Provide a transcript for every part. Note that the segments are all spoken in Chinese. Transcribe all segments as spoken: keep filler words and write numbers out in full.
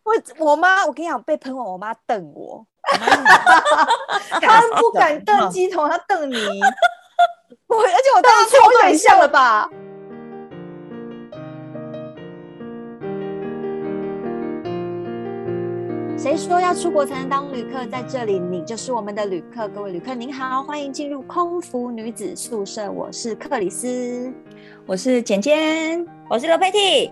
我我妈，我跟你讲，被喷完，我妈瞪我， 她不敢瞪鸡头，她瞪你。 我而且我当时超对象了吧？ 谁说要出国才能当旅客？在这里，你就是我们的旅客。各位旅客您好，欢迎进入空服女子宿舍。我是克里斯， 我是简简， 我是罗佩蒂。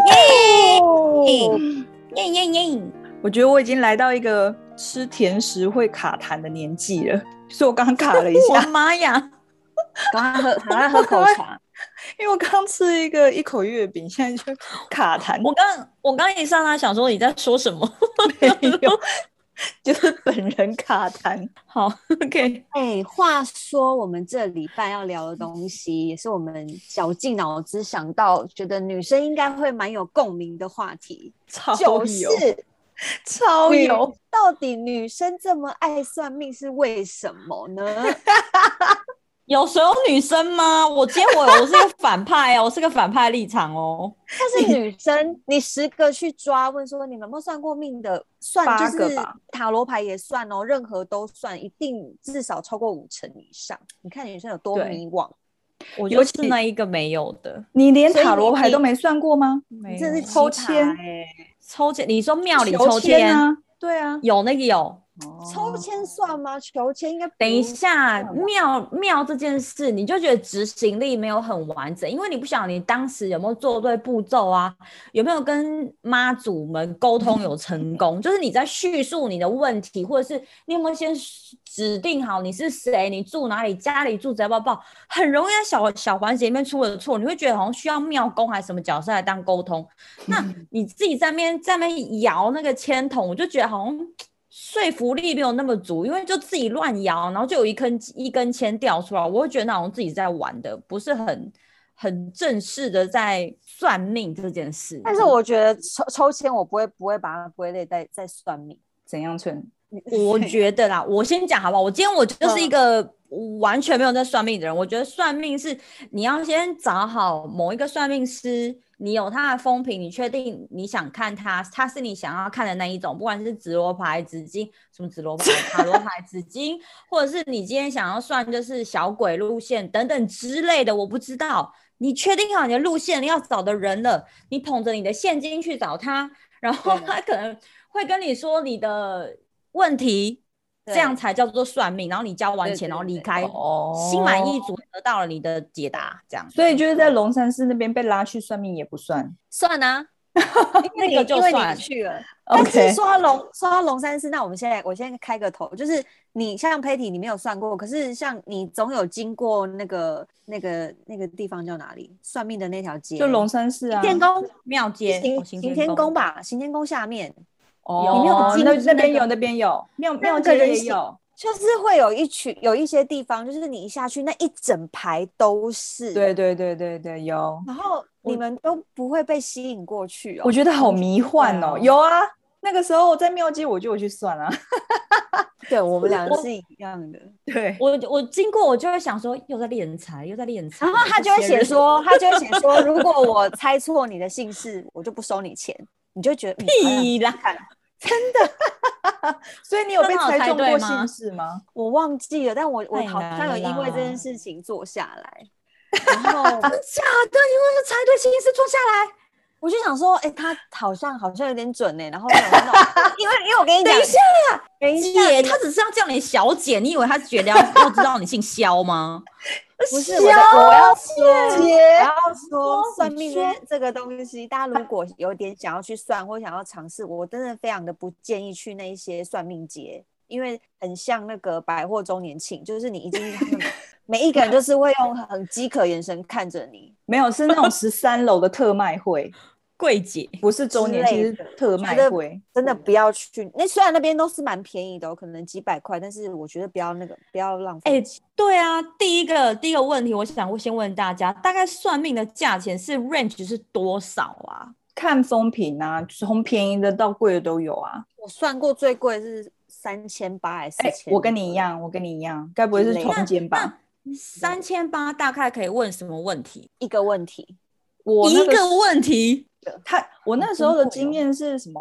耶耶耶耶！ 我觉得我已经来到一个吃甜食会卡痰的年纪了，所以我刚刚卡了一下。 我妈呀！ 赶快喝，赶快喝口茶。 因为我刚吃一个一口月饼，现在就卡痰。 我刚我刚一上来想说你在说什么， 没有，就是本人卡痰。 好 ，OK。 哎，话说我们这礼拜要聊的东西，也是我们绞尽脑汁想到，觉得女生应该会蛮有共鸣的话题， 超就有， 是超有。 到底女生这么爱算命是为什么呢？ 有所有女生吗？我今天我我是个反派哦，我是个反派立场哦。 但是女生，你十个去抓问说你们有没有算过命的，算就是塔罗牌也算哦，任何都算，一定至少超过五成以上。你看女生有多迷惘。 我就是那一个没有的。 你连塔罗牌都没算过吗？ 你这是抽签哎， 抽签？你说庙里抽签啊？对啊， 有那个有。 抽签算吗？求签应该等一下，庙庙这件事，你就觉得执行力没有很完整，因为你不晓得你当时有没有做对步骤啊，有没有跟妈祖们沟通有成功，就是你在叙述你的问题，或者是你有没有先指定好你是谁，你住哪里，家里住宅要不要，很容易在小小环节里面出了错，你会觉得好像需要庙公还是什么角色来当沟通，那你自己在那边在那边摇那个签筒，我就觉得好像说服力没有那么足，因为就自己乱摇，然后就有一根一根签掉出来，我会觉得那种自己在玩的，不是很很正式的在算命这件事。 但是我觉得抽抽签我不会不会把它归类在在算命。 怎样算？ 我觉得啦，我先讲好不好？我今天我就是一个完全没有在算命的人，我觉得算命是你要先找好某一个算命师。你有他的风评，你确定你想看他，他是你想要看的那一种，不管是紫罗牌、紫金，什么紫罗牌、塔罗牌、紫金，或者是你今天想要算就是小鬼路线等等之类的，我不知道。你确定好你的路线，你要找的人了，你捧着你的现金去找他，然后他可能会跟你说你的问题。这样才叫做算命，然后你交完钱然后离开，心满意足得到了你的解答，这样。 所以就是在龙山寺那边被拉去算命也不算， 算啊， 那个就算因为你去了。但是说到龙说到龙山寺，那我们现在我现在开个头，就是你像 Patty 你没有算过，可是像你总有经过那个那个那个地方叫哪里？算命的那条街， 就龙山寺啊， 行天宫庙街， 行天宫吧，行天宫下面。 哦，你没有进、那個、那边有那边有庙庙街也有， 就是会有一群有一些地方，就是你一下去那一整排都是， 对对对对对有， 然后你们都不会被吸引过去哦。 我觉得好迷幻哦。有啊，那个时候我在庙街我就有去算啊。 对，我们两个是一样的。 对， 我我经过我就会想说，又在敛财，又在敛财。 然后他就会写说，他就会写说，如果我猜错你的姓氏，我就不收你钱。你就觉得屁啦， 真的。 所以你有被猜中过姓氏吗？ 我忘记了，但我我好像有因为这件事情坐下来。然后真假的，因为猜对姓氏坐下来， 我就想说，哎、欸，他好像好像有点准呢、欸。然后因为因为我跟你讲， 等一下呀， 等一下， 姐，他只是要叫你小姐，你以为他觉得要要知道你姓萧吗？ 不是，我我要说，我要说算命这个东西，大家如果有点想要去算或想要尝试，我真的非常的不建议去那一些算命节，因为很像那个百货周年庆，就是你一进去，他们每一个人都是会用很饥渴眼神看着你。 没有，是那种十三楼的特卖会。 柜姐不是周年庆，是特卖会， 真的不要去。那虽然那边都是蛮便宜的、哦，可能几百块，但是我觉得不要那个，不要浪费。 哎、欸，对啊，第一个第一个问题，我想先问大家，大概算命的价钱是 range 是多少啊？ 看风评啊，从便宜的到贵的都有啊。 我算过最贵是三千八还是四千、欸？ 我跟你一样，我跟你一样，该不会是同间吧？ 三千八大概可以问什么问题？ 一个问题， 我、那個、 一个问题。 他我那时候的经验是什么？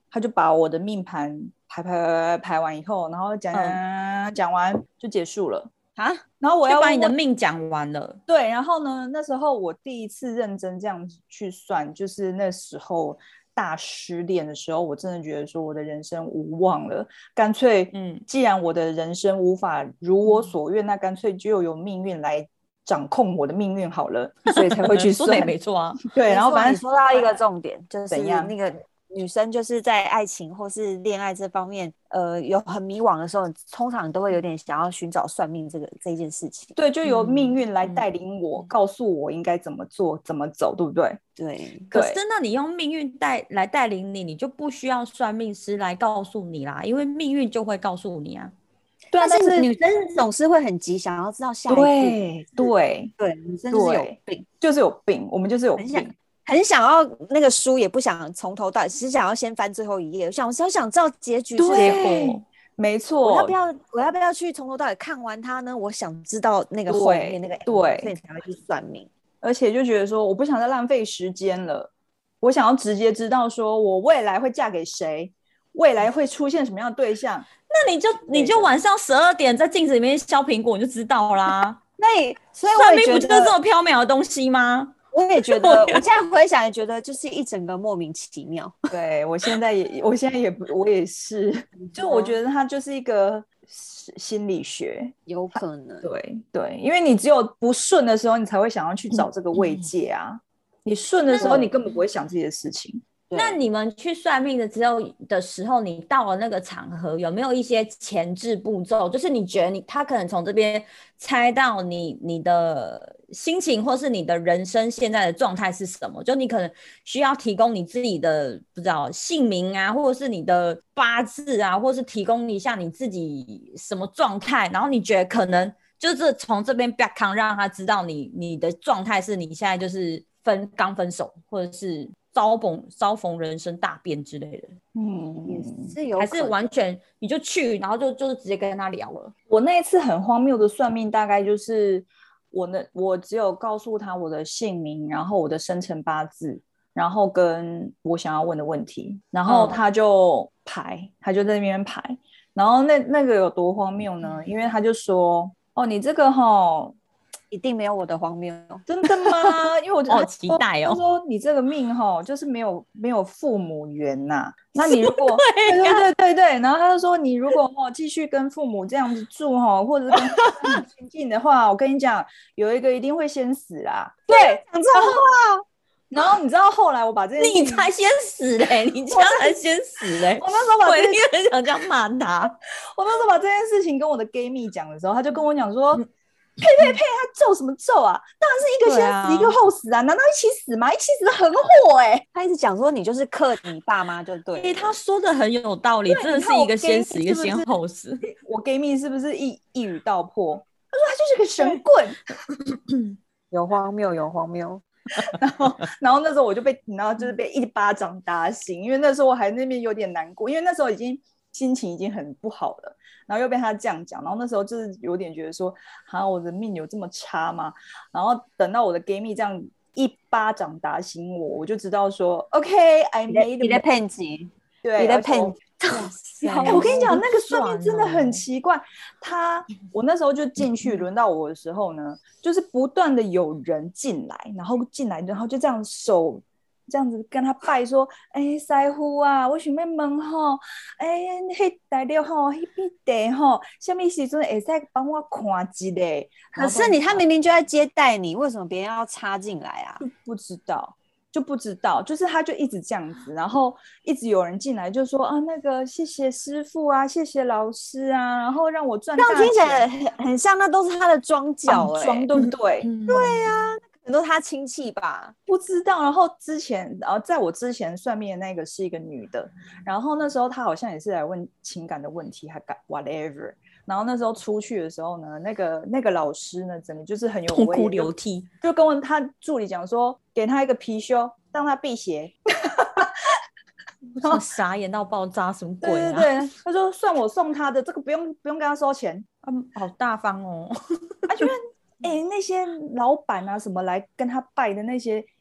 他就把我的命盘排排排排完以后，然后讲讲、嗯、完就结束了啊。 然后我要就把你的命讲完了。 对，然后呢，那时候我第一次认真这样去算，就是那时候大失恋的时候，我真的觉得说我的人生无望了，干脆，嗯，既然我的人生无法如我所愿，嗯、那干脆就由命运来掌控我的命运好了，所以才会去算。 说的也没错啊， 对，然后反正你说到一个重点，就是怎样那个女生就是在爱情或是恋爱这方面，呃，有很迷惘的时候，通常都会有点想要寻找算命这个这件事情。 对，就由命运来带领我，嗯、告诉我应该怎么做、怎么走，对不对？ 对。 可是那你用命运带来带领你，你就不需要算命师来告诉你啦，因为命运就会告诉你啊。 对啊，但是女生总是会很急，想要知道下一步。 对对对，女生就是有病， 就是有病，我们就是有病。 很想要那个书，也不想从头到尾，只想要先翻最后一页。我想，我想想知道结局是结果， 没错。 我要不要，我要不要去从头到尾看完它呢？我想知道那个后面那个， 对， 所以才会去算命。 而且就觉得说，我不想再浪费时间了，我想要直接知道说我未来会嫁给谁，未来会出现什么样的对象。 那你就你就晚上十二点在镜子里面削苹果，你就知道啦。 那所以算命不就是这么缥缈的东西吗？ 我也觉得，我现在回想也觉得就是一整个莫名其妙。 对，我现在也，我现在也不，我也是，就我觉得它就是一个心理学， 有可能。 对对，因为你只有不顺的时候，你才会想要去找这个慰藉啊。嗯、你顺的时候，你根本不会想这些事情。 那你们去算命的时候的时候，你到了那个场合，有没有一些前置步骤？就是你觉得你他可能从这边猜到你你的心情，或是你的人生现在的状态是什么？就你可能需要提供你自己的不知道姓名啊，或者是你的八字啊，或是提供一下你自己什么状态，然后你觉得可能就是从这边 back on 让他知道你你的状态是你现在就是分刚分手，或者是遭逢遭逢人生大变之类的。 嗯，也是有可能， 还是完全你就去，然后就就是直接跟他聊了。 我那一次很荒谬的算命，大概就是我呢，我只有告诉他我的姓名，然后我的生辰八字，然后跟我想要问的问题，然后他就排，嗯、他就在那边排，然后那那个有多荒谬呢？因为他就说，哦，你这个齁。 一定没有我的荒谬。 真的吗？因为我好期待哦。 他说你这个命齁，就是没有没有父母缘呐、啊。那你如果对对对对对，然后他就说你如果齁继续跟父母这样子住齁，或者是跟父母亲近的话，我跟你讲，有一个一定会先死啦。对， 讲错话。 然后你知道后来我把这件事情， 你才先死嘞、欸，你家才先死嘞、欸。 我那时候把这件事情想这样骂他， 我那时候把这件事情跟我的 gay 蜜讲的时候，他就跟我讲说。嗯呸呸呸！他咒什么咒啊？当然是一个先死、啊、一个后死啊！难道一起死吗？一起死的很火哎、欸！ 他一直讲说你就是克你爸妈就对了。 欸、他说的很有道理，真的是一个先死一个先后死。 我 gay 蜜是不是一一语道破？他说他就是个神棍， 有荒谬有荒谬。 然后然后那时候我就被，然后就是被一巴掌打醒，因为那时候我还那边有点难过，因为那时候已经。心情已经很不好了，然后又被他这样讲，然后那时候就是有点觉得说，哈，我的命有这么差吗？然后等到我的 gay 蜜这样一巴掌打醒我，我就知道说 ，OK，I made 你的骗局， 对， 你的骗局。 哎，我跟你讲，那个算命真的很奇怪。他，我那时候就进去，轮到我的时候呢，就是不断的有人进来，然后进来，然后就这样手。这样子跟他拜说，哎、欸，师父啊，我想要问吼，哎、欸，迄大陆吼，迄边地吼，什么时阵会使帮我看一下？ 可是你他明明就在接待你，为什么别人要插进来啊？ 不知道，就不知道，就是他就一直这样子，然后一直有人进来就说啊，那个谢谢师父啊，谢谢老师啊，然后让我赚大钱。 这样听起来很很像，那都是他的庄脚哎、欸， 庄对不对？ 嗯、对呀、啊。很多他亲戚吧， 不知道。然后之前，然后在我之前算命的那个是一个女的，然后那时候她好像也是来问情感的问题，还 whatever。然后那时候出去的时候呢，那个那个老师呢，整个就是很有痛哭流涕， 就跟他助理讲说，给他一个貔貅，让他辟邪。 傻眼到爆炸，什么鬼啊？ 对对对，他说算我送他的，这个不用不用跟他收钱， 嗯，好大方哦。 他觉得。哎、欸，那些老板啊，什么来跟他拜的那些，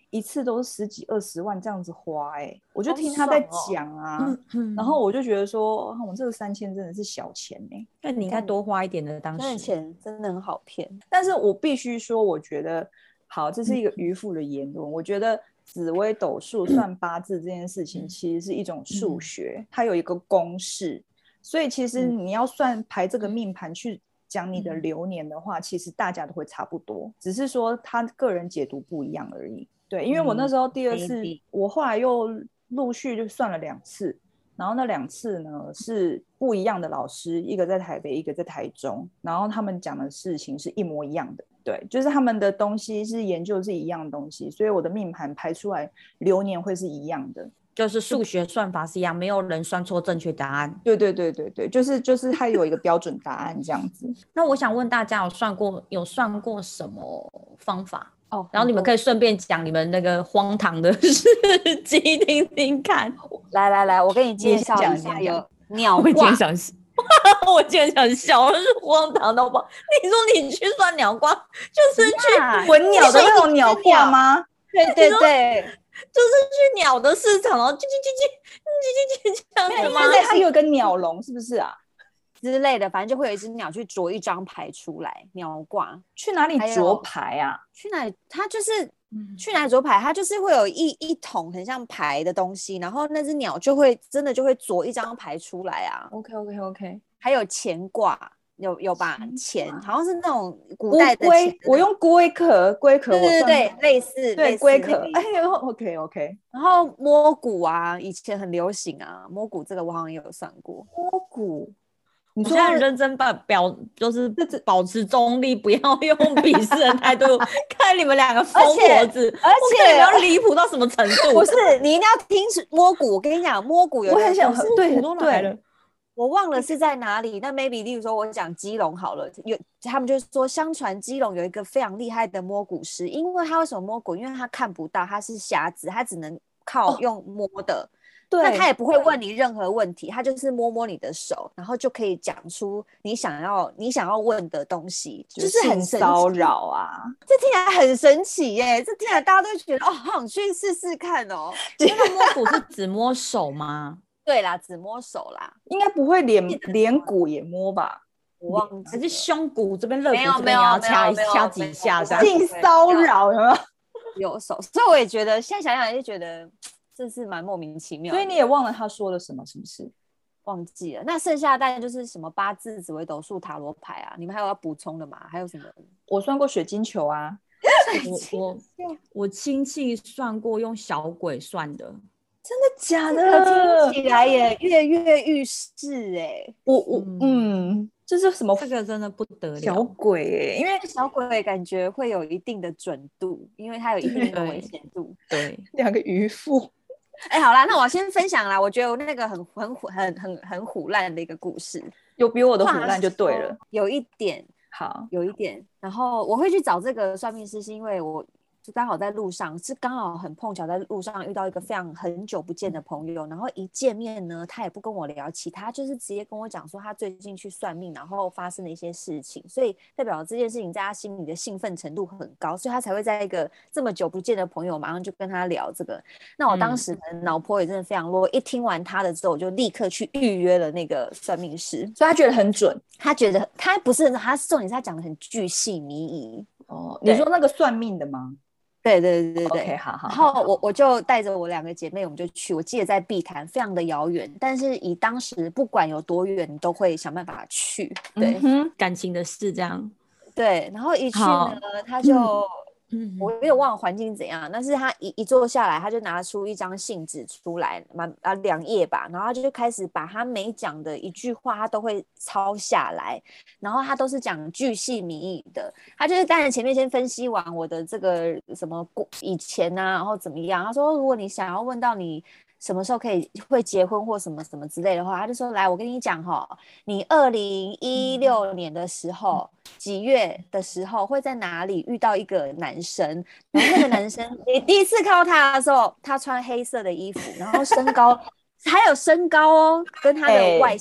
一次都是十几二十万这样子花哎、欸，我就听他在讲啊， 哦嗯、 然后我就觉得说，我这个三千真的是小钱哎、欸， 那你应该多花一点的，当时那钱真的很好骗。 但是我必须说，我觉得好，这是一个渔夫的言论，嗯、我觉得紫微斗数算八字这件事情其实是一种数学，嗯、它有一个公式，所以其实你要算排这个命盘去讲你的流年的话，嗯、其实大家都会差不多，只是说他个人解读不一样而已。对，因为我那时候第二次，嗯、我后来又陆续就算了两次，然后那两次呢是不一样的老师，一个在台北，一个在台中，然后他们讲的事情是一模一样的。对，就是他们的东西是研究是一样的东西，所以我的命盘排出来流年会是一样的， 就是数学算法是一样，没有人算错正确答案。 对对对对对，就是就是它有一个标准答案这样子。 那我想问大家，有算过有算过什么方法？ 哦， 然后你们可以顺便讲你们那个荒唐的事迹听听看。 来来来，我给你介绍一下，有鸟卦。 我今天想我今天想笑，是荒唐到爆。你说你去算鸟卦，就是去文鸟的那种鸟卦吗？ 对对对， 就是去鸟的市场，然后叽叽叽叽叽叽叽这样子吗？ 现在它有个鸟笼，是不是啊？ 之类的，反正就会有一只鸟去啄一张牌出来，鸟卦。 去哪里啄牌啊？ 去哪里？它就是、嗯、去哪里啄牌？它就是会有一一桶很像牌的东西，然后那只鸟就会真的就会啄一张牌出来啊。 OK OK OK。 还有钱卦，有有吧？钱好像是那种古代的钱。 我用龟壳，龟壳我对对对，类似对龟壳。哎呦 ，OK OK。 然后摸骨啊，以前很流行啊，摸骨这个我好像也有算过。 摸骨。 你说很认真把表就是保持中立，不要用鄙视的态度看你们两个疯婆子， 而且你们要离谱到什么程度？ 不是，你一定要听摸骨。我跟你讲，摸骨有我很想对都来了， 我忘了是在哪里。那 maybe 例如说我讲基隆好了，有他们就说，相传基隆有一个非常厉害的摸骨师，因为他为什么摸骨？因为他看不到，他是瞎子，他只能靠用摸的。哦，对，那他也不会问你任何问题，他就是摸摸你的手，然后就可以讲出你想要你想要问的东西，就是很骚扰啊！ 这听起来很神奇耶，这听起来大家都觉得哦，好想去试试看哦。 因为摸骨是只摸手吗？ 对啦，只摸手啦， 应该不会连连骨也摸吧？ 我忘记还是胸骨这边肋骨这边也要掐一掐几下， 性骚扰有没有？ 有手，所以我也觉得现在想想也觉得。这是蛮莫名其妙的， 所以你也忘了他说了什么，是不是？ 忘记了。那剩下大概就是什么八字、紫微斗数、塔罗牌啊，你们还有要补充的吗？还有什么？ 我算过水晶球啊， 我我我亲戚算过用小鬼算的， 真的假的？ 听起来也跃跃欲试哎、欸。 我我嗯，这是什么？ 这个真的不得了， 小鬼哎、欸，因为小鬼感觉会有一定的准度，因为它有一定的危险度。 对， 两个渔夫。 哎、欸，好啦，那我先分享啦。我觉得我那个很很很很很唬烂的一个故事， 有比我的唬烂就对了。 有一点， 好， 有一点。然后我会去找这个算命师，是因为我就刚好在路上，是刚好很碰巧在路上遇到一个非常很久不见的朋友，然后一见面呢，他也不跟我聊其他，就是直接跟我讲说他最近去算命，然后发生了一些事情，所以代表这件事情在他心里的兴奋程度很高，所以他才会在一个这么久不见的朋友马上就跟他聊这个。那我当时的脑波也真的非常弱，一听完他的之后，我就立刻去预约了那个算命师， 所以他觉得很准， 他觉得他不是他重点是他讲的很巨细靡遗。 哦，你说那个算命的吗？ 对对对对 ，OK， 好好。 然后我我就带着我两个姐妹，我们就去。我记得在碧潭，非常的遥远，但是以当时不管有多远，你都会想办法去。对， 嗯、感情的事这样。 对，然后一去呢，他就。嗯，我有点忘了环境怎样，但是他一一坐下来，他就拿出一张信纸出来，蛮啊两页吧，然后他就开始把他每讲的一句话，他都会抄下来，然后他都是讲巨细靡遗的，他就是当然前面先分析完我的这个什么以前啊，然后怎么样，他说如果你想要问到你什么时候可以会结婚或什么什么之类的话，他就说来，我跟你讲哈，你二零一六年的时候、嗯、几月的时候会在哪里遇到一个男生，然后那个男生你第一次看到他的时候，他穿黑色的衣服，然后身高还有身高哦，跟他的外形、欸、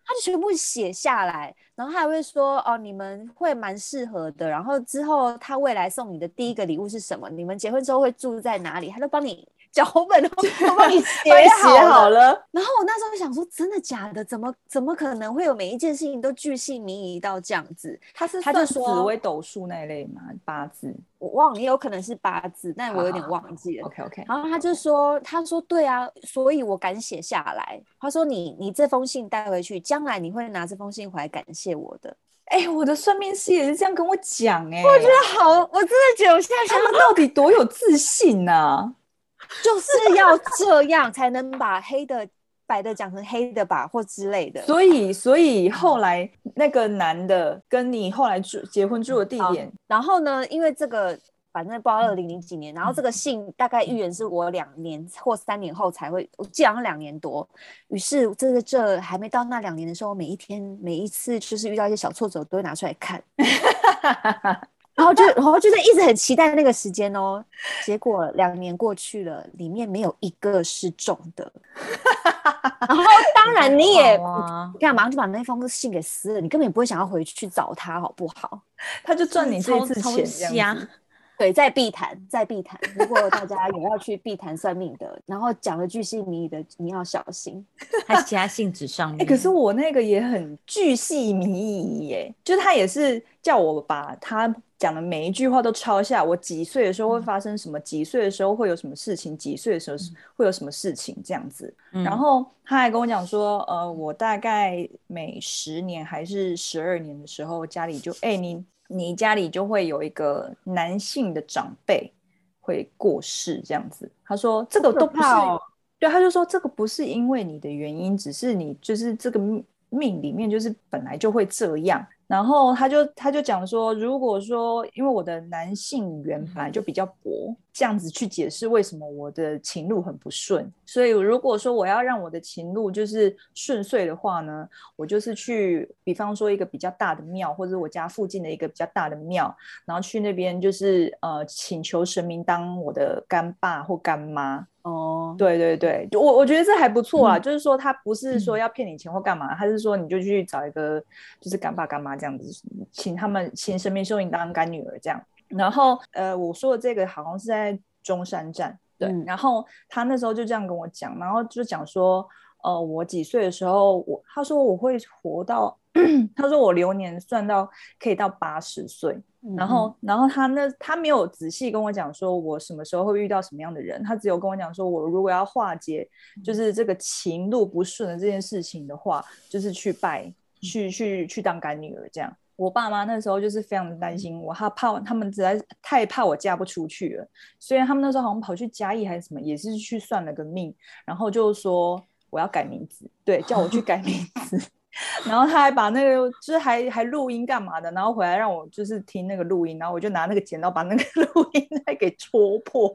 他就全部写下来，然后他还会说哦，你们会蛮适合的，然后之后他未来送你的第一个礼物是什么？你们结婚之后会住在哪里？他都帮你脚本都都帮你写好了。然后我那时候想说，真的假的？怎么怎么可能会有每一件事情都巨细靡遗到这样子？ 他是算紫微斗数那一类吗？八字？ 我忘了，也有可能是八字，但我有点忘记了。 OK OK。 然后他就说，他说对啊，所以我敢写下来。他说你你这封信带回去，将来你会拿这封信回来感谢我的。 哎、欸，我的算命师也是这样跟我讲哎、欸， 我觉得好，我真的觉得我现在他们到底多有自信啊！ 就是要这样才能把黑的白的讲成黑的吧，或之类的。 所以，所以后来那个男的跟你后来住结婚住的地点， 然后呢，因为这个反正不知道二零零几年，然后这个信大概预言是我两年或三年后才会，我记得好像两年多。于是这个这还没到那两年的时候，每一天每一次就是遇到一些小挫折，我都会拿出来看。然后就，然后就在一直很期待那个时间哦。结果两年过去了，里面没有一个是中的。然后当然你也干嘛就把那封信给撕了，你根本也不会想要回去找他，好不好？ 他就赚你这一次钱这样子。 对，在碧潭，在碧潭。如果大家有要去碧潭算命的，然后讲了巨细靡遗的，你要小心。 还写在信纸上面、 欸。可是我那个也很巨细靡遗耶，就他也是叫我把他讲的每一句话都抄下。我几岁的时候会发生什么？几岁的时候会有什么事情？几岁的时候会有什么事情？这样子。嗯、然后他还跟我讲说，呃，我大概每十年还是十二年的时候，家里就哎、欸、你。你家里就会有一个男性的长辈会过世这样子。他说这个都不是、哦、对，他就说这个不是因为你的原因，只是你就是这个命里面就是本来就会这样。然后他就他就讲说，如果说因为我的男性缘本来就比较薄，这样子去解释为什么我的情路很不顺。所以如果说我要让我的情路就是顺遂的话呢，我就是去比方说一个比较大的庙，或者我家附近的一个比较大的庙，然后去那边就是呃请求神明当我的干爸或干妈。哦，对对对，我我觉得这还不错啊、嗯，就是说他不是说要骗你钱或干嘛，他是说你就去找一个就是干爸干妈这样子，请他们请神明收你当干女儿这样。然后呃，我说的这个好像是在中山站，对、嗯，然后他那时候就这样跟我讲，然后就讲说，呃，我几岁的时候，我他说我会活到，他说我流年算到可以到八十岁。然后，然后他那他没有仔细跟我讲说我什么时候会遇到什么样的人，他只有跟我讲说我如果要化解就是这个情路不顺的这件事情的话，就是去拜去去去当干女儿这样。我爸妈那时候就是非常的担心我，他怕他们实在太怕我嫁不出去了，所以他们那时候好像跑去嘉义还是什么，也是去算了个命，然后就说我要改名字，对，叫我去改名字。然后他还把那个就是还还录音干嘛的，然后回来让我就是听那个录音，然后我就拿那个剪刀把那个录音带给戳破。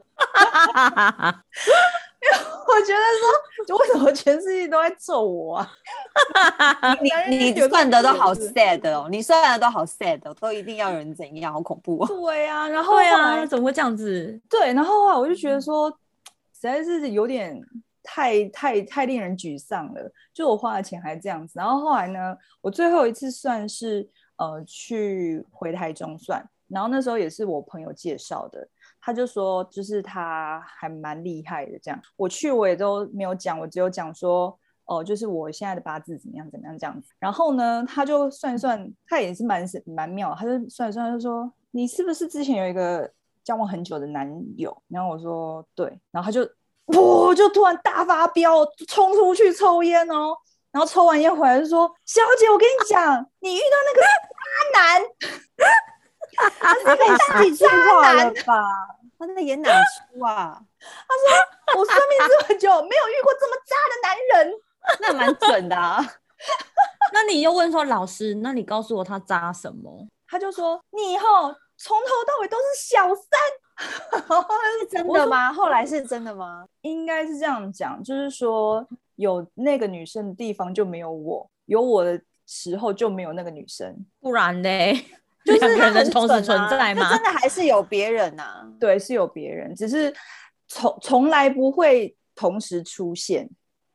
我觉得说为什么全世界都在揍我啊？ 你你算的都好 sad 哦，你算的都好 sad 哦，都一定要有人怎样，好恐怖哦。 对啊，然后对啊，怎么会这样子？ 对，然后后来我就觉得说实在是有点太太太令人沮丧了，就我花的钱还这样子。然后后来呢，我最后一次算是呃去回台中算，然后那时候也是我朋友介绍的，他就说就是他还蛮厉害的这样。我去我也都没有讲，我只有讲说哦、呃，就是我现在的八字怎么样怎么样这样子。然后呢，他就算一算，他也是蛮蛮妙，他就算一算，他就说你是不是之前有一个交往很久的男友？然后我说对，然后他就。我就突然大发飙，冲出去抽烟哦，然后抽完烟回来就说：“小姐，我跟你讲，你遇到那个渣男，他是个大渣男吧？他在演哪出啊？” 他说：“我算命这么久，没有遇过这么渣的男人。” 那蛮准的啊。 那你又问说老师，那你告诉我他渣什么？ 他就说：“你以后从头到尾都是小三。” 是真的吗？后来是真的吗？ 应该是这样讲，就是说有那个女生的地方就没有我，有我的时候就没有那个女生， 不然嘞， 就是两个人同时存在吗？ 真的还是有别人啊？ 对，是有别人，只是从从来不会同时出现。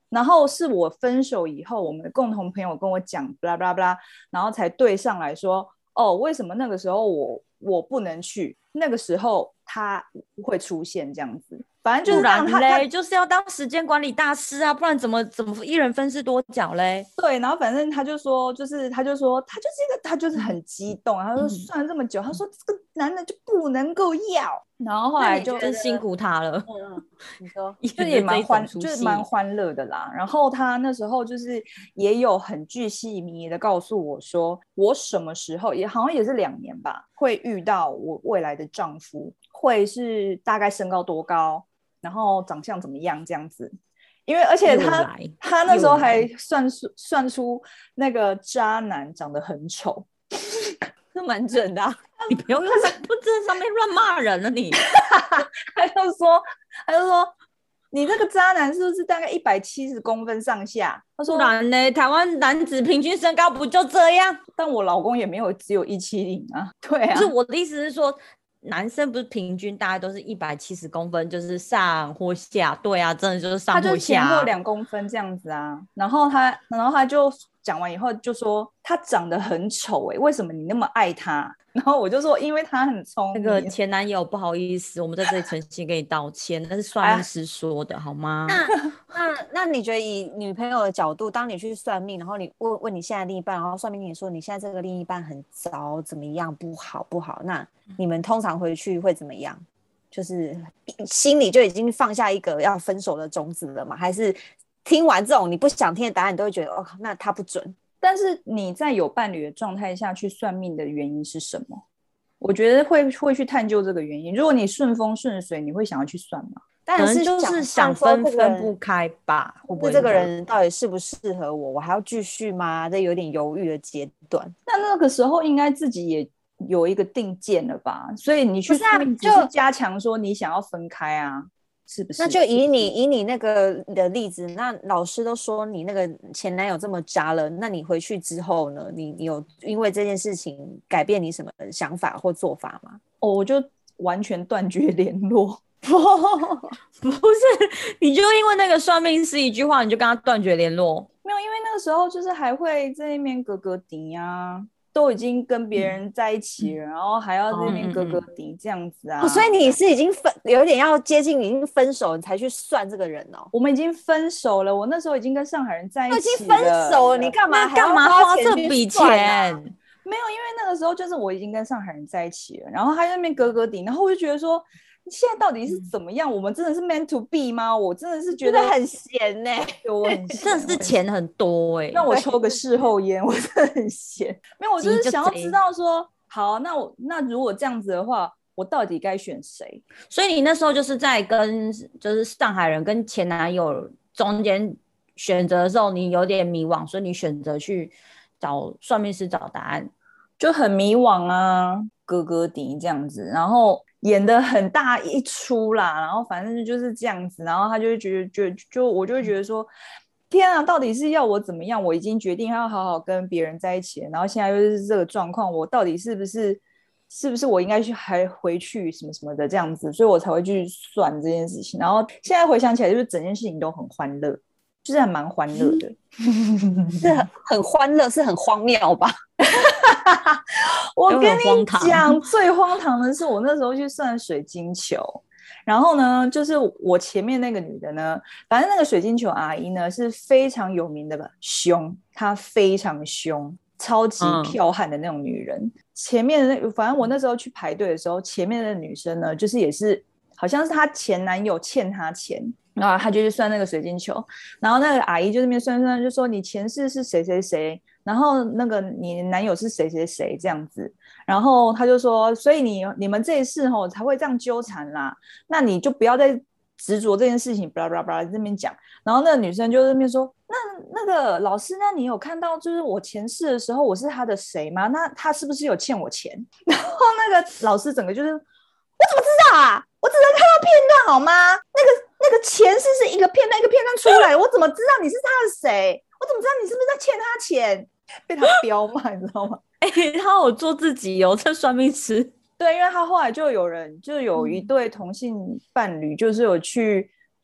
然后是我分手以后，我们的共同朋友跟我讲，blah blah blah，然后才对上来说，哦，为什么那个时候我我不能去，那个时候他会出现这样子。反正就是让他， 他就是要当时间管理大师啊，不然怎么怎么一人分饰多角嘞？ 对，然后反正他就说，就是他就说，他就是一个，他就是很激动，他说算了这么久，他说这个男的就不能够要，然后后来就真辛苦他了。 嗯嗯，你说就也蛮欢，就是蛮欢乐的啦。然后他那时候就是也有很巨细靡遗的告诉我说，我什么时候也好像也是两年吧，会遇到我未来的丈夫，会是大概身高多高。然后长相怎么样这样子，因为而且他他那时候还算出算出那个渣男长得很丑， 是蛮准的、啊。 你不用在不这上面乱骂人了你。 他就说他就说你这个渣男是不是大概一百七十公分上下？他说不然呢，台湾男子平均身高不就这样？ 但我老公也没有只有一七零啊。对啊， 不是我的意思是说。男生不是平均大概都是一百七十公分，就是上或下，对啊，真的就是上或下、啊， 他就前后两公分这样子啊。然后他，然后他就讲完以后就说他长得很丑哎、欸，为什么你那么爱他？然后我就说因为他很聪明。 那个前男友不好意思，我们在这里诚心给你道歉，那是算命师说的、哎、好吗？ 那那那你觉得以女朋友的角度，当你去算命，然后你问问你现在另一半，然后算命跟你说你现在这个另一半很糟，怎么样不好不好，那你们通常回去会怎么样？就是心里就已经放下一个要分手的种子了吗？还是听完这种你不想听的答案，你都会觉得哦，那他不准？ 但是你在有伴侣的状态下去算命的原因是什么？我觉得会会去探究这个原因。如果你顺风顺水，你会想要去算吗？ 但是就是想分分不开吧？会不会这个人到底适不适合我？我还要继续吗？这有点犹豫的阶段。 那那个时候应该自己也有一个定见了吧？所以你去算命只是加强说你想要分开啊。是不是？ 那就以你以你那个的例子，那老师都说你那个前男友这么渣了，那你回去之后呢？你你有因为这件事情改变你什么想法或做法吗？ 哦，我就完全断绝联络。 不是，你就因为那个算命师一句话，你就跟他断绝联络？ 没有，因为那个时候就是还会在那边格格迪啊。都已经跟别人在一起了、嗯、然后还要在那边格格迪这样子啊、 哦、所以你是已经分有点要接近已经分手你才去算这个人哦？ 我们已经分手了，我那时候已经跟上海人在一起了， 已经分手了，你干嘛干嘛花这笔钱？ 没有，因为那个时候就是我已经跟上海人在一起了，然后他在那边格格迪，然后我就觉得说现在到底是怎么样、嗯、我们真的是 meant to be 吗？我真的是觉得很闲呢、欸， 我很真的是钱很多哎、欸， 让我抽个事后烟，我真的很闲。没有，我就是想要知道说，好，那我那如果这样子的话，我到底该选谁？ 所以你那时候就是在跟就是上海人跟前男友中间选择的时候，你有点迷惘，所以你选择去找算命师找答案， 就很迷惘啊，格格迪这样子，然后。演的很大一出啦，然后反正就是这样子，然后他就会觉得，就就我就会觉得说，天啊，到底是要我怎么样？我已经决定要好好跟别人在一起了，然后现在又是这个状况，我到底是不是是不是我应该去还回去什么什么的这样子，所以我才会去算这件事情。然后现在回想起来，就是整件事情都很欢乐，就是还蛮欢乐的， 是很欢乐，是很荒谬吧？ 我跟你讲，最荒唐的是我那时候去算水晶球，然后呢，就是我前面那个女的呢，反正那个水晶球阿姨呢是非常有名的吧，凶，她非常凶，超级剽悍的那种女人。嗯、前面的那，反正我那时候去排队的时候，前面的女生呢，就是也是好像是她前男友欠她钱。然后她就去算那个水晶球，然后那个阿姨就那边算算，就说你前世是谁谁谁，然后那个你男友是谁谁谁这样子，然后他就说，所以你你们这一世吼才会这样纠缠啦，那你就不要再执着这件事情，巴拉巴拉巴拉这边讲，然后那个女生就在那边说，那那个老师，那你有看到就是我前世的时候我是他的谁吗？那他是不是有欠我钱？然后那个老师整个就是，我怎么知道啊？我只能看到片段好吗？那个那个前世是一个片段一个片段出来的，我怎么知道你是他的谁？我怎么知道你是不是在欠他钱？被他彪骂，你知道吗？ 哎、欸，他有做自己哦，这算命师。 对，因为他后来就有人，就有一对同性伴侣，就是有去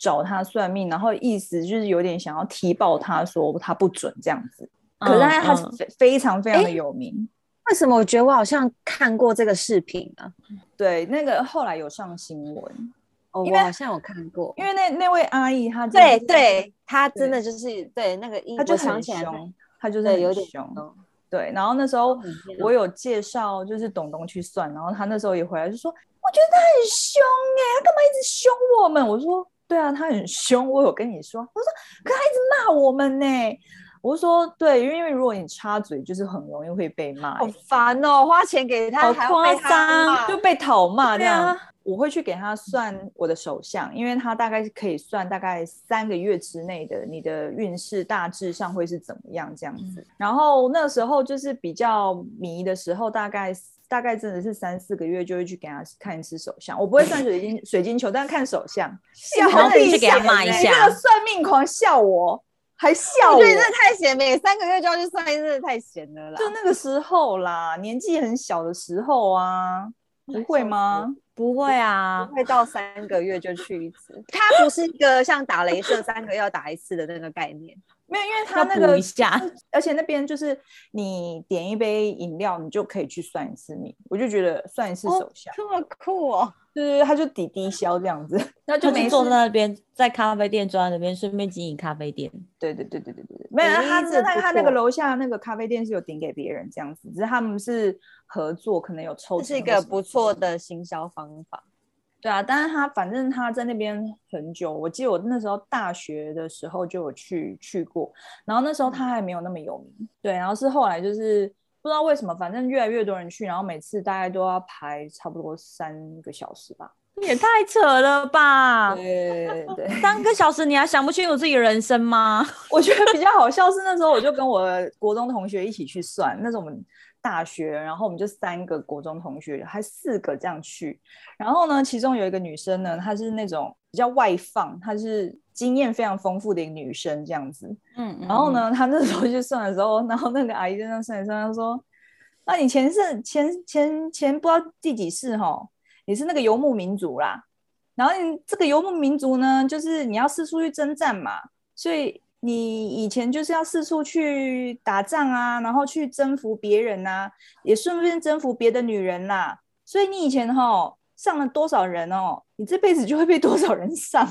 找他算命，然后意思就是有点想要踢爆他说他不准这样子。可是他他非常非常的有名、嗯嗯、 为什么我觉得我好像看过这个视频啊？ 对，那个后来有上新闻哦，我好像有看过， 因为那那位阿姨她对对，她真的就是对那个她就很凶，她就是很有点凶。对，然后那时候我有介绍就是董董去算，然后他那时候也回来就说，我觉得他很凶哎、欸，他干嘛一直凶我们？我说对啊，他很凶，我有跟你说。我说可他一直骂我们呢、欸。我说对，因为如果你插嘴，就是很容易会被骂、 欸。好烦哦，花钱给他， 好夸张， 就被讨骂这样。我会去给他算我的手相，因为他大概是可以算大概三个月之内的你的运势大致上会是怎么样这样子。嗯、然后那时候就是比较迷的时候，大概大概真的是三四个月就会去给他看一次手相。我不会算水晶水晶球，但看手相。 然后去给他骂一下， 这个算命狂笑我。还笑我， 我觉得真的太闲，每三个月就要去算一次，真的太闲了啦。 就那个时候啦，年纪很小的时候啊，不会吗？ 不会啊， 不会到三个月就去一次。它不是一个像打雷射三个月要打一次的那个概念。 没有，因为他那个一下， 而且那边就是你点一杯饮料，你就可以去算一次命，我就觉得算一次手相， 这么酷哦。 对对，他就抵低消这样子， 那就没坐在那边，在咖啡店坐在那边，顺便经营咖啡店。 对对对对对对，没有，他他他那个楼下那个咖啡店是有顶给别人这样子，只是他们是合作，可能有抽成， 这是一个不错的行销方法。 对啊，但是他反正他在那边很久，我记得我那时候大学的时候就有去去过，然后那时候他还没有那么有名，对，然后是后来就是不知道为什么，反正越来越多人去，然后每次大概都要排差不多三个小时吧。 也太扯了吧！ 对对对， 三个小时你还想不清楚自己的人生吗？ 我觉得比较好笑是那时候我就跟我国中同学一起去算，那时候我们大学，然后我们就三个国中同学，还四个这样去。然后呢，其中有一个女生呢，她是那种比较外放，她是经验非常丰富的一个女生这样子。嗯, 嗯，然后呢，她那时候去算的时候，然后那个阿姨在那算一算，她说：“那你前世前前前不知道第几世哈？你是那个游牧民族啦。然后你这个游牧民族呢，就是你要四处去征战嘛，所以。”你以前就是要四处去打仗啊，然后去征服别人啊，也顺便征服别的女人啦。所以你以前齁上了多少人哦，你这辈子就会被多少人上。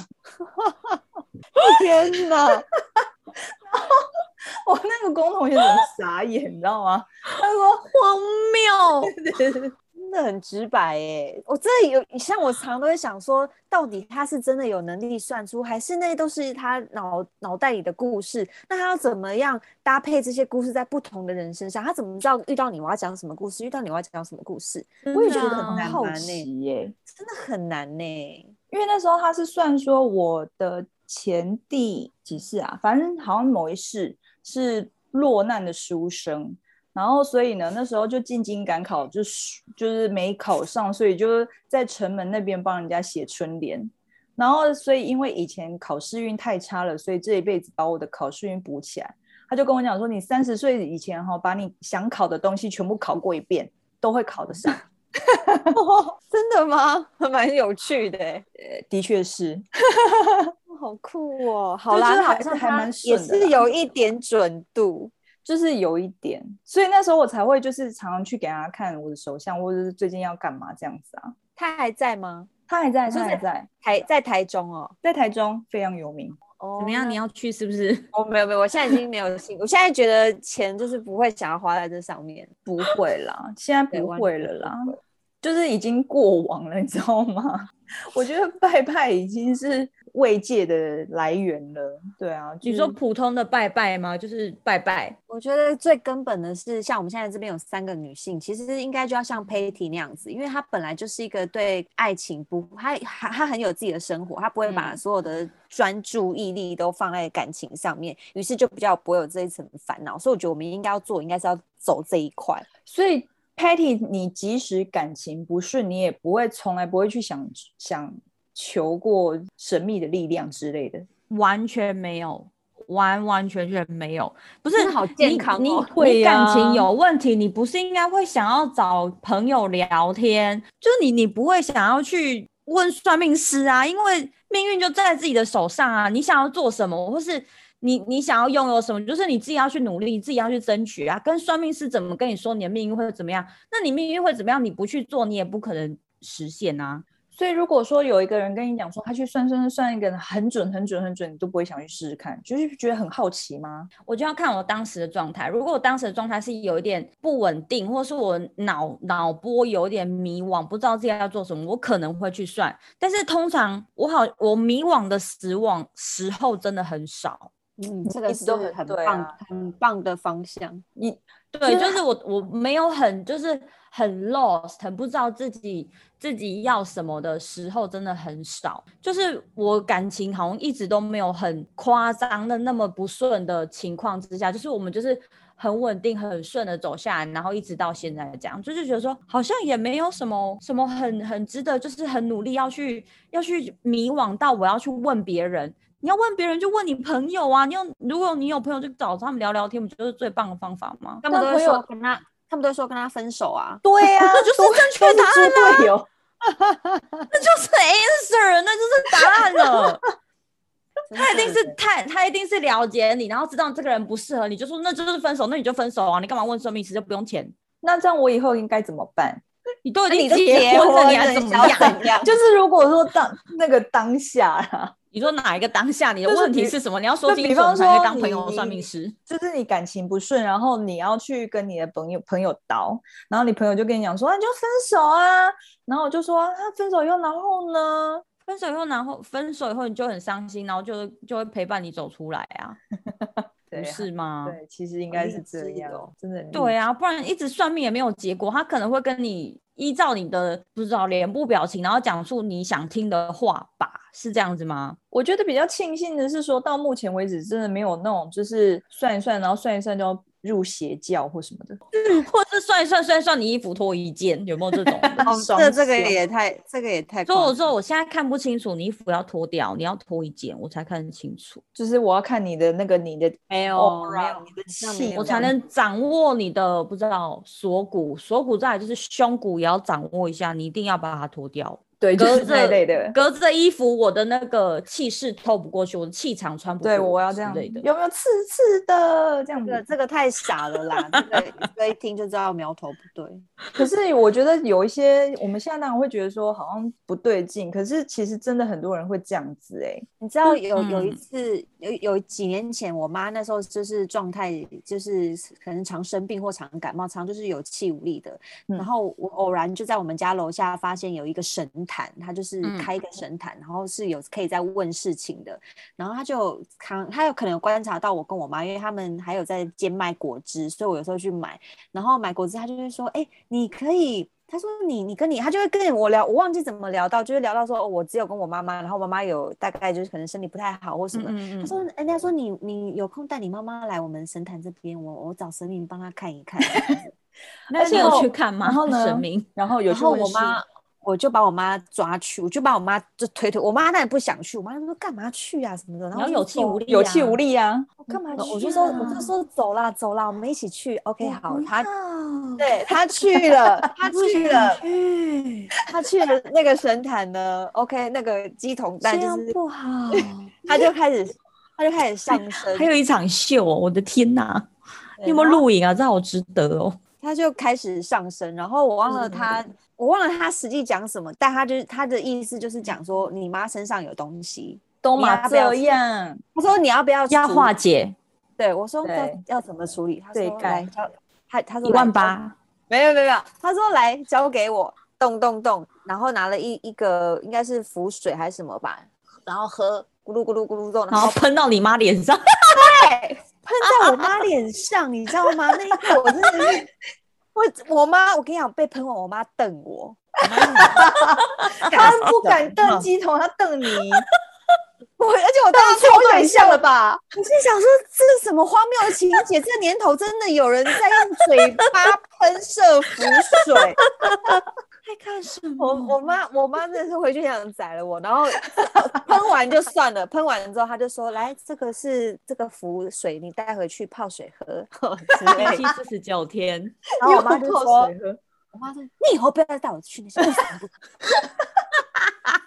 天哪！然后我那个公同学怎么傻眼，你知道吗？他说荒谬。 真的很直白耶，我真的有像我常都会想说，到底他是真的有能力算出，还是那都是他脑脑袋里的故事？那他要怎么样搭配这些故事在不同的人身上？他怎么知道遇到你我要讲什么故事，遇到你我要讲什么故事？我也觉得很难好奇耶， 真的很难呢。 因为那时候他是算说我的前第几世啊，反正好像某一世是落难的书生。然后所以呢那时候就进京赶考，就是就是没考上，所以就在城门那边帮人家写春联。然后所以因为以前考试运太差了，所以这一辈子把我的考试运补起来。他就跟我讲说，你三十岁以前、哦、把你想考的东西全部考过一遍，都会考得上。 哦、真的吗？蛮有趣的、欸、 的确是。 好酷哦。好啦， 好像还蛮也是有一点准度， 就是有一点，所以那时候我才会就是常常去给他看我的手相，或者是最近要干嘛这样子啊。 他还在吗？ 他还在，他还在台在台中哦， 在台中非常有名。 哦，怎么样？你要去是不是？ 哦，没有没有，我现在已经没有兴，我现在觉得钱就是不会想要花在这上面。 不会啦，现在不会了啦，就是已经过往了，你知道吗？我觉得拜拜已经是慰藉的来源了。对啊、就是、 你说普通的拜拜吗？就是拜拜。 我觉得最根本的是像我们现在这边有三个女性，其实应该就要像 Patty 那样子，因为她本来就是一个对爱情不她她很有自己的生活，她不会把所有的专注意力都放在感情上面，于是就比较不会有这一层烦恼。所以我觉得我们应该要做应该是要走这一块。 所以Patty 你即使感情不顺，你也不会从来不会去想想求过神秘的力量之类的？ 完全没有，完完全全没有。不是好健康哦， 你 你, 你感情有问题、啊、你不是应该会想要找朋友聊天，就是你你不会想要去问算命师啊，因为命运就在自己的手上啊，你想要做什么，或是你你想要拥有什么，就是你自己要去努力，自己要去争取啊。跟算命师怎么跟你说你的命运会怎么样，那你命运会怎么样，你不去做，你也不可能实现啊。 所以如果说有一个人跟你讲说他去算算算一个人很准很准很准，你都不会想去试试看，就是觉得很好奇吗？ 我就要看我当时的状态，如果我当时的状态是有一点不稳定，或是我脑脑波有一点迷惘，不知道自己要做什么，我可能会去算。但是通常我好我迷惘的时往时候真的很少。 嗯，这个是很棒、啊、很棒的方向。 你对，就是我我没有很就是很 lost， 很不知道自己自己要什么的时候真的很少。就是我感情好像一直都没有很夸张的那么不顺的情况之下，就是我们就是很稳定很顺的走下来，然后一直到现在这样，就是觉得说好像也没有什么什么很很值得，就是很努力要去要去迷惘到我要去问别人。你要问别人就问你朋友啊，你有如果你有朋友就找他们聊聊天，不就是最棒的方法吗？ 他们都会说跟他，他们都会说跟他分手啊。 对啊， 那就是正确答案啦、 啊， 那就是 answer， 那就是答案了。他一定是他他一定是了解你，然后知道这个人不适合你，就说那就是分手，那你就分手啊，你干嘛问算命师就不用钱？ 那这样我以后应该怎么办？ 你都已经结婚了，你还怎么样？ 就是如果说当那个当下啊。 你说哪一个当下？你的问题是什么？你要说清楚， 比方说才可以当朋友的算命师。 就是你感情不顺，然后你要去跟你的朋友朋友叨，然后你朋友就跟你讲说，啊，你就分手啊。然后我就说，啊，分手以后，然后呢？ 分手以后，然后分手以后你就很伤心，然后就就会陪伴你走出来啊。 对啊， 不是吗？ 对，其实应该是这样，真的。 对啊，不然一直算命也没有结果，他可能会跟你依照你的不知道脸部表情，然后讲出你想听的话吧，是这样子吗？ 我觉得比较庆幸的是说，到目前为止真的没有那种就是算一算，然后算一算就要入邪教或什么的， 或是算一算算一算你衣服脱一件，有没有这种哦，这这个也太这个也太所以我说我现在看不清楚，你衣服要脱掉，你要脱一件我才看得清楚， 就是我要看你的那个你的没有、 哦、 没有你的气， 我才能掌握你的不知道锁骨，锁骨再来就是胸骨也要掌握一下，你一定要把它脱掉。 对，就是这类的， 隔着衣服，我的那个气势透不过去，我的气场穿不过。 对，我要这样类的。有没有刺刺的这样子？ 这个这个太傻了啦！这个这个一听就知道苗头不对。 可是我觉得有一些，我们现在当然会觉得说好像不对劲，可是其实真的很多人会这样子哎、欸。 你知道有有一次、嗯、有有几年前，我妈那时候就是状态就是可能常生病或常感冒，常就是有气无力的。嗯、然后我偶然就在我们家楼下发现有一个神坛，他就是开一个神坛，嗯、然后是有可以在问事情的。然后他就看，他有可能有观察到我跟我妈，因为他们还有在兼卖果汁，所以我有时候去买。然后买果汁，他就会说：“哎、欸，你可以。”他说你你跟你，他就会跟我聊，我忘记怎么聊到，就是聊到说、哦、我只有跟我妈妈，然后妈妈有大概就是可能身体不太好或什么。嗯嗯嗯他说人家说你你有空带你妈妈来我们神坛这边，我我找神明帮他看一看。 那你有去看吗？ 然后呢？ 神明， 然后有去问事。 然后我妈。我就把我妈抓去，我就把我妈就推推，我妈当然不想去，我妈说干嘛去啊什么的，然后有气无力、啊， 有气无力啊，我干嘛去、啊？ 我就说我就说走啦走啦，我们一起去 ，OK 好，他对他去了，他去了，他去了那个神坛呢 ，OK 那个鸡同蛋就是不好， 他就开始他就开始上升， 还有一场秀哦，我的天哪，你有没有录影啊？这好值得哦。 他就开始上升，然后我忘了他，嗯、我忘了他实际讲什么，但他就是他的意思就是讲说，你妈身上有东西， 都嘛这样。 他说你要不要要化解？ 对，我说要要怎么处理？他说来交，他他说一万八， 没有没有没有，他说来交给我，动动动，然后拿了一一个应该是符水还是什么吧，然后喝咕噜咕噜咕噜动， 然后喷到你妈脸上， 对。喷在我妈脸上，你知道吗？那一刻我真的是，我我妈，我跟你讲，被喷完，我妈瞪我， 她不敢瞪鸡头，她瞪你。 我而且我当时超有点像了吧？ 我心想说，这是什么荒谬的情节？这年头真的有人在用嘴巴喷射符水？ 在看什么？ 我我妈我妈真的是回去想宰了我，然后喷完就算了，喷完之后她就说：“来，这个是这个符水，你带回去泡水喝。” 为期四十九天， 然后我妈就说：“我妈说你以后不要再带我去那些地方。”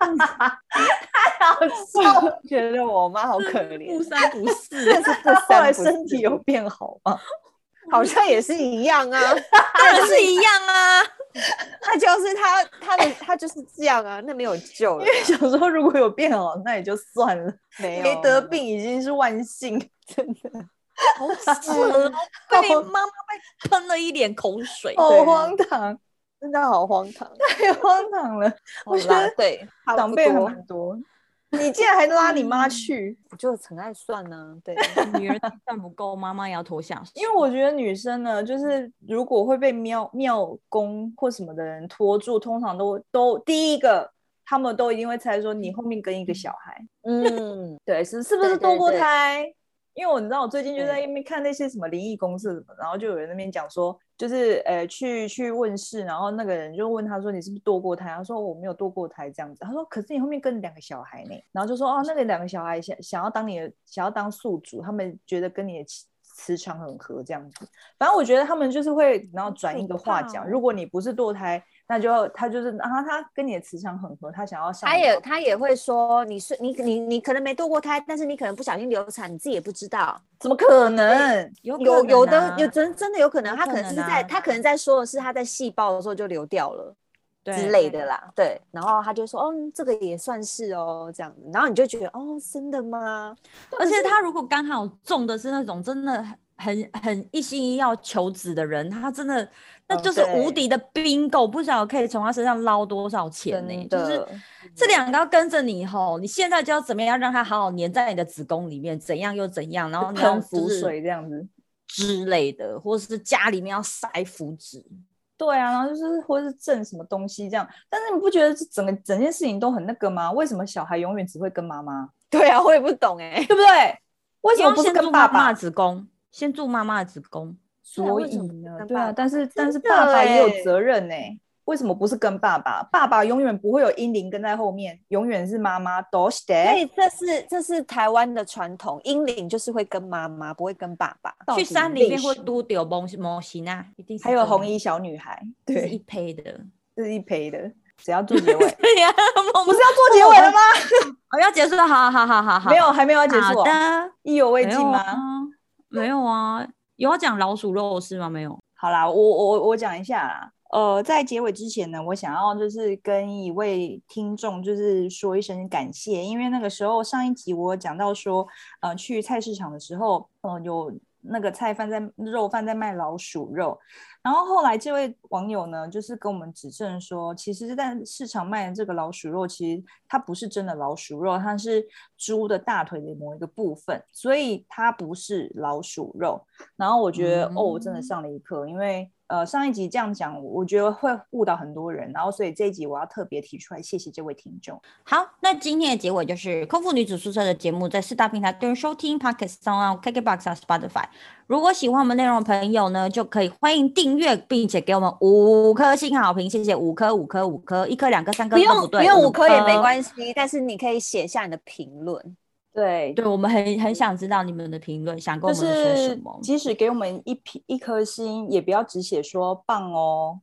太好笑了， 觉得我妈好可怜， 不三不四， 但是不后来三不四身体有变好吗？ 好像也是一样啊， 当然是一样啊。 他就是他他的他就是这样啊，那没有救了因。为想说如果有变好，那也就算了， 没有没得病已经是万幸，真的好扯哦，被妈妈被喷了一脸口水。 好荒唐， 真的好荒唐， 太荒唐了。我觉得对， 长辈还蛮多。你竟然还拉你妈去， 我就很爱算呢、啊。对， 女儿算不够，妈妈也要拖下水。 因为我觉得女生呢，就是如果会被庙庙公或什么的人拖住，通常都都第一个，他们都一定会猜说你后面跟一个小孩。 嗯， 对，是是不是堕过对对对胎？因为我你知道，我最近就在那边看那些什么灵异公社什么，然后就有人那边讲说，就是呃去去问事，然后那个人就问他说你是不是堕过胎？他说我没有堕过胎这样子。他说可是你后面跟两个小孩呢，然后就说哦那个两个小孩想想要当你的想要当宿主，他们觉得跟你的磁场很合这样子。反正我觉得他们就是会然后转一个话讲， 哦、 如果你不是堕胎。那就他就是啊，他跟你的磁场很合，他想要上。 他也他也会说你是你你你可能没堕过胎，但是你可能不小心流产，你自己也不知道， 怎么可能？ 有有、 啊、 有的有真真的有可能， 有可能啊、 他可能是在他可能在说的是他在细胞的时候就流掉了之类的啦，对。然后他就说哦，这个也算是哦这样子，然后你就觉得哦，真的吗？ 而且他如果刚好中的是那种真的很很一心一意要求子的人，他真的。那就是无敌的bingo，、哦、不晓得可以从他身上捞多少钱呢、欸？就是这两个要跟着你吼，你现在就要怎么样让他好好黏在你的子宫里面，怎样又怎样，然后你要喷符水这样子之类的，或是家里面要塞符纸。 对啊，然后就是或是挣什么东西这样，但是你不觉得整个整件事情都很那个吗？为什么小孩永远只会跟妈妈？ 对啊，我也不懂哎、欸， 对不对？为什么不是跟爸爸的子宫？先住妈妈的子宫。 所以呢，对啊，但是但是爸爸也有责任呢、欸。为什么不是跟爸爸？爸爸永远不会有婴灵跟在后面，永远是妈妈。所以这是这是台湾的传统，婴灵就是会跟妈妈，不会跟爸爸。 去山里面会嘟丢模模型啊，一定是。 还有红衣小女孩，对， 是一胚的， 这是一胚的。谁要做结尾？ 对呀、啊， 不是要做结尾了吗？ 我、哦、要结束了，好好好好好， 没有，还没有要结束、 哦。好的， 意犹未尽吗？ 没有啊，有要讲老鼠肉是吗？没有。 好啦，我我我讲一下啦。呃，在结尾之前呢，我想要就是跟一位听众就是说一声感谢，因为那个时候上一集我讲到说，呃，去菜市场的时候，呃，有那个菜贩在肉贩在卖老鼠肉，然后后来这位网友呢，就是跟我们指正说，其实在市场卖的这个老鼠肉，其实它不是真的老鼠肉，它是猪的大腿的某一个部分，所以它不是老鼠肉。然后我觉得，嗯、哦，我真的上了一课，因为。呃，上一集这样讲，我觉得会误导很多人，然后所以这一集我要特别提出来，谢谢这位听众。 好，那今天的结尾就是空服女子宿舍的节目，在四大平台都能收听 ，Podcast、SoundOn、KKBox、Spotify。如果喜欢我们内容的朋友呢，就可以欢迎订阅，并且给我们五颗星好评，谢谢，五颗、五颗、五颗，一颗、两颗、三颗都不对， 不用五颗也没关系，但是你可以写下你的评论。 对对，我们很很想知道你们的评论，想跟我们说什么。 就是、即使给我们一一颗星，也不要只写说棒哦。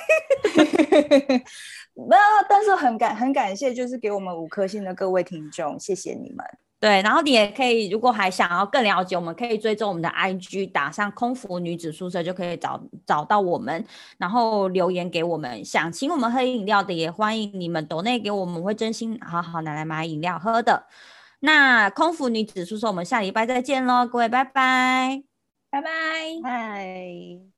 那但是很感很感谢，就是给我们五颗星的各位听众，谢谢你们。 对，然后你也可以，如果还想要更了解，我们可以追踪我们的 I G， 打上空服女子宿舍就可以找找到我们，然后留言给我们。想请我们喝饮料的，也欢迎你们抖内给我们，会真心好好拿来买饮料喝的。那空服女子宿舍，我们下礼拜再见咯，各位拜拜， 拜拜， 拜。